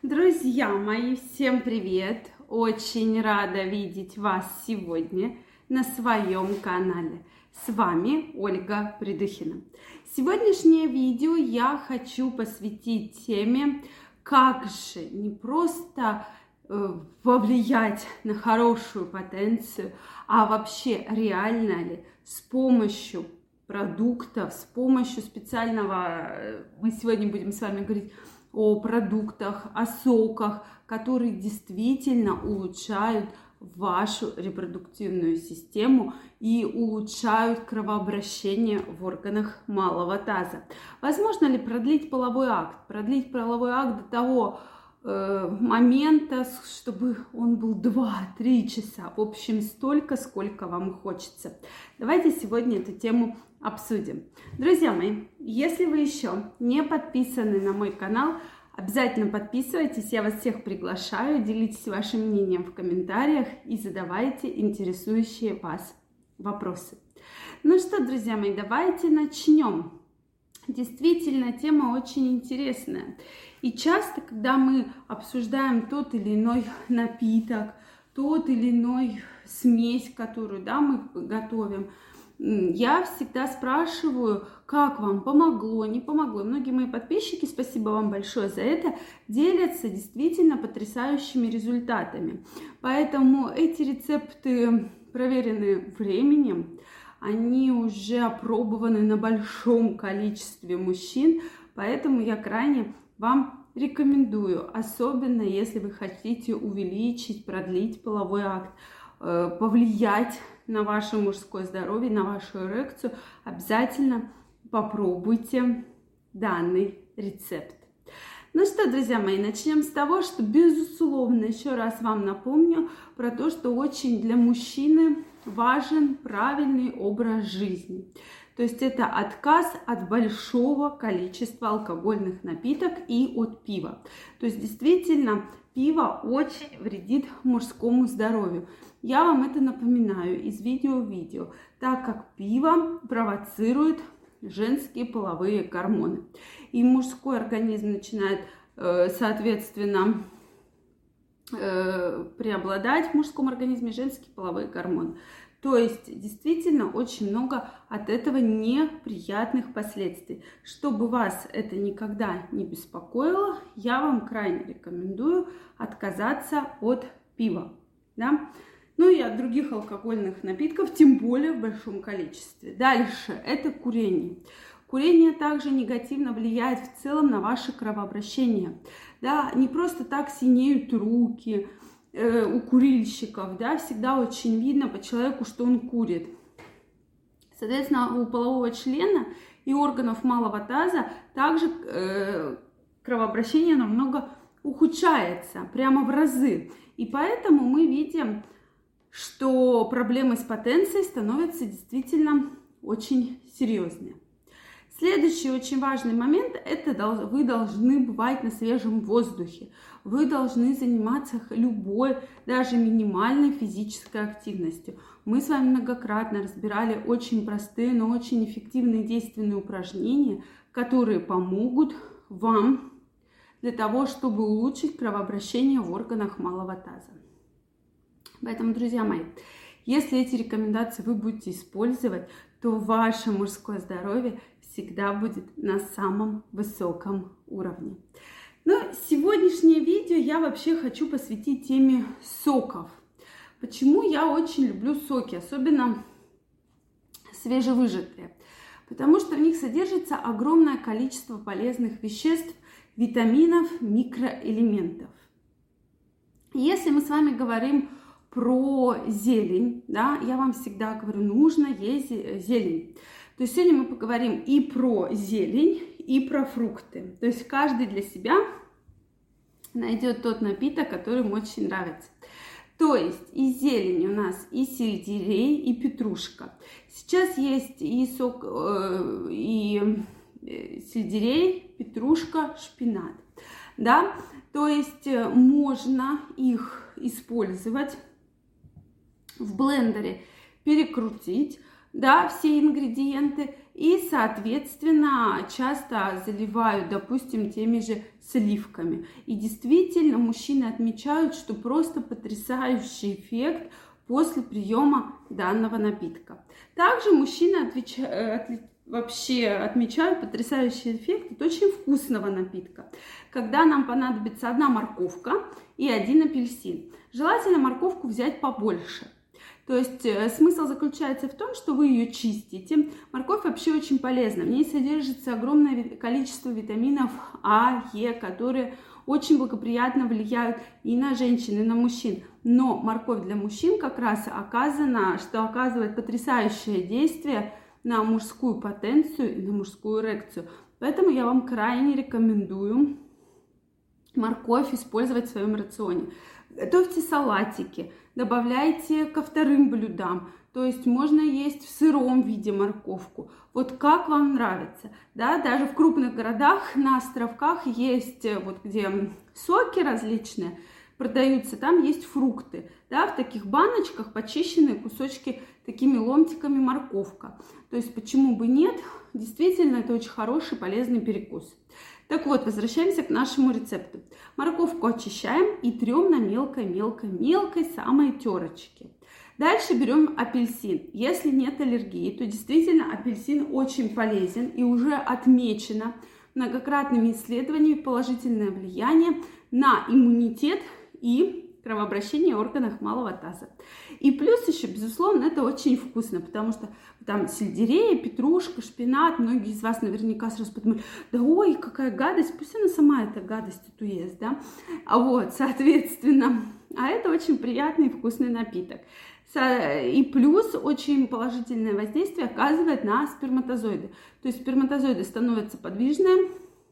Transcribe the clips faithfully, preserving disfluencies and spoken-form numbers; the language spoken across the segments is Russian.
Друзья мои, всем привет! Очень рада видеть вас сегодня на своем канале. С вами Ольга Придухина. Сегодняшнее видео я хочу посвятить теме, как же не просто э, повлиять на хорошую потенцию, а вообще реально ли с помощью продуктов, с помощью специального, мы сегодня будем с вами говорить о продуктах, о соках, которые действительно улучшают вашу репродуктивную систему и улучшают кровообращение в органах малого таза. Возможно ли продлить половой акт? Продлить половой акт до того э, момента, чтобы он был два-три часа. В общем, столько, сколько вам хочется. Давайте сегодня эту тему обсудим. Друзья мои, если вы еще не подписаны на мой канал, обязательно подписывайтесь, я вас всех приглашаю, делитесь вашим мнением в комментариях и задавайте интересующие вас вопросы. Ну что, друзья мои, давайте начнем. Действительно, тема очень интересная. И часто, когда мы обсуждаем тот или иной напиток, тот или иной смесь, которую да, мы готовим, я всегда спрашиваю, как вам, помогло, не помогло. И многие мои подписчики, спасибо вам большое за это, делятся действительно потрясающими результатами. Поэтому эти рецепты проверены временем, они уже опробованы на большом количестве мужчин, поэтому я крайне вам рекомендую, особенно если вы хотите увеличить, продлить половой акт, повлиять на ваше мужское здоровье, на вашу эрекцию, обязательно попробуйте данный рецепт. Ну что, друзья мои, начнем с того, что, безусловно, еще раз вам напомню про то, что очень для мужчины важен правильный образ жизни. То есть это отказ от большого количества алкогольных напиток и от пива. То есть действительно пиво очень вредит мужскому здоровью. Я вам это напоминаю из видео в видео, так как пиво провоцирует женские половые гормоны. И мужской организм начинает, соответственно, преобладать в мужском организме женские половые гормоны. То есть действительно очень много от этого неприятных последствий. Чтобы вас это никогда не беспокоило, я вам крайне рекомендую отказаться от пива. Да? Ну и от других алкогольных напитков, тем более в большом количестве. Дальше это курение. Курение также негативно влияет в целом на ваше кровообращение. Да? Не просто так синеют руки э, у курильщиков. Да? Всегда очень видно по человеку, что он курит. Соответственно, у полового члена и органов малого таза также э, кровообращение намного ухудшается, прямо в разы. И поэтому мы видим, что проблемы с потенцией становятся действительно очень серьезные. Следующий очень важный момент – это вы должны бывать на свежем воздухе. Вы должны заниматься любой, даже минимальной физической активностью. Мы с вами многократно разбирали очень простые, но очень эффективные действенные упражнения, которые помогут вам для того, чтобы улучшить кровообращение в органах малого таза. Поэтому, друзья мои, если эти рекомендации вы будете использовать, то ваше мужское здоровье всегда будет на самом высоком уровне. Но сегодняшнее видео я вообще хочу посвятить теме соков. Почему я очень люблю соки, особенно свежевыжатые? Потому что в них содержится огромное количество полезных веществ, витаминов, микроэлементов. Если мы с вами говорим про зелень, да, я вам всегда говорю, нужно есть зелень. То есть сегодня мы поговорим и про зелень, и про фрукты. То есть каждый для себя найдет тот напиток, который ему очень нравится. То есть и зелень у нас, и сельдерей, и петрушка. Сейчас есть и сок, э, и сельдерей, петрушка, шпинат. Да? То есть можно их использовать в блендере, перекрутить, да, все ингредиенты, и, соответственно, часто заливают, допустим, теми же сливками. И действительно, мужчины отмечают, что просто потрясающий эффект после приема данного напитка. Также мужчины отвечают, вообще отмечают потрясающий эффект от очень вкусного напитка, когда нам понадобится одна морковка и один апельсин. Желательно морковку взять побольше. То есть э, смысл заключается в том, что вы ее чистите. Морковь вообще очень полезна. В ней содержится огромное количество витаминов А, Е, которые очень благоприятно влияют и на женщин, и на мужчин. Но морковь для мужчин как раз оказано, что оказывает потрясающее действие на мужскую потенцию и на мужскую эрекцию. Поэтому я вам крайне рекомендую морковь использовать в своем рационе. Готовьте салатики, добавляйте ко вторым блюдам. То есть можно есть в сыром виде морковку. Вот как вам нравится. Да? Даже в крупных городах, на островках есть, вот где соки различные продаются, там есть фрукты. Да? В таких баночках почищенные кусочки такими ломтиками морковка. То есть почему бы нет? Действительно, это очень хороший, полезный перекус. Так вот, возвращаемся к нашему рецепту. Морковку очищаем и трем на мелкой-мелкой-мелкой самой терочке. Дальше берем апельсин. Если нет аллергии, то действительно апельсин очень полезен и уже отмечено многократными исследованиями положительное влияние на иммунитет и кровообращение в органах малого таза. И плюс еще, безусловно, это очень вкусно, потому что там сельдерей, петрушка, шпинат. Многие из вас наверняка сразу подумали: да ой, какая гадость, пусть она сама эта гадость эту ест, да? А вот, соответственно, а это очень приятный и вкусный напиток. И плюс очень положительное воздействие оказывает на сперматозоиды. То есть сперматозоиды становятся подвижные,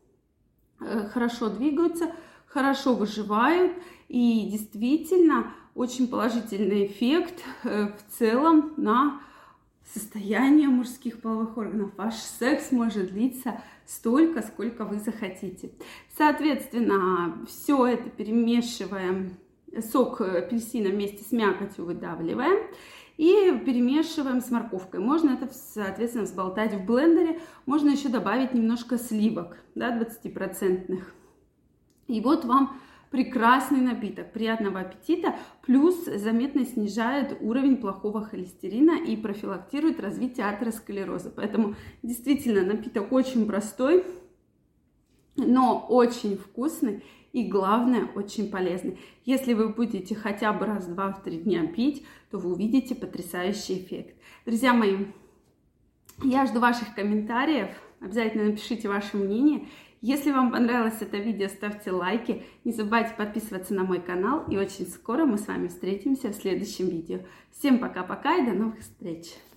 хорошо двигаются, хорошо выживают, и действительно очень положительный эффект в целом на состояние мужских половых органов. Ваш секс может длиться столько, сколько вы захотите. Соответственно, все это перемешиваем, сок апельсина вместе с мякотью выдавливаем и перемешиваем с морковкой. Можно это, соответственно, взболтать в блендере. Можно еще добавить немножко сливок, да, двадцатипроцентных. И вот вам прекрасный напиток, приятного аппетита, плюс заметно снижает уровень плохого холестерина и профилактирует развитие атеросклероза. Поэтому действительно напиток очень простой, но очень вкусный и, главное, очень полезный. Если вы будете хотя бы раз-два в три дня пить, то вы увидите потрясающий эффект. Друзья мои, я жду ваших комментариев. Обязательно напишите ваше мнение. Если вам понравилось это видео, ставьте лайки. Не забывайте подписываться на мой канал. И очень скоро мы с вами встретимся в следующем видео. Всем пока-пока и до новых встреч!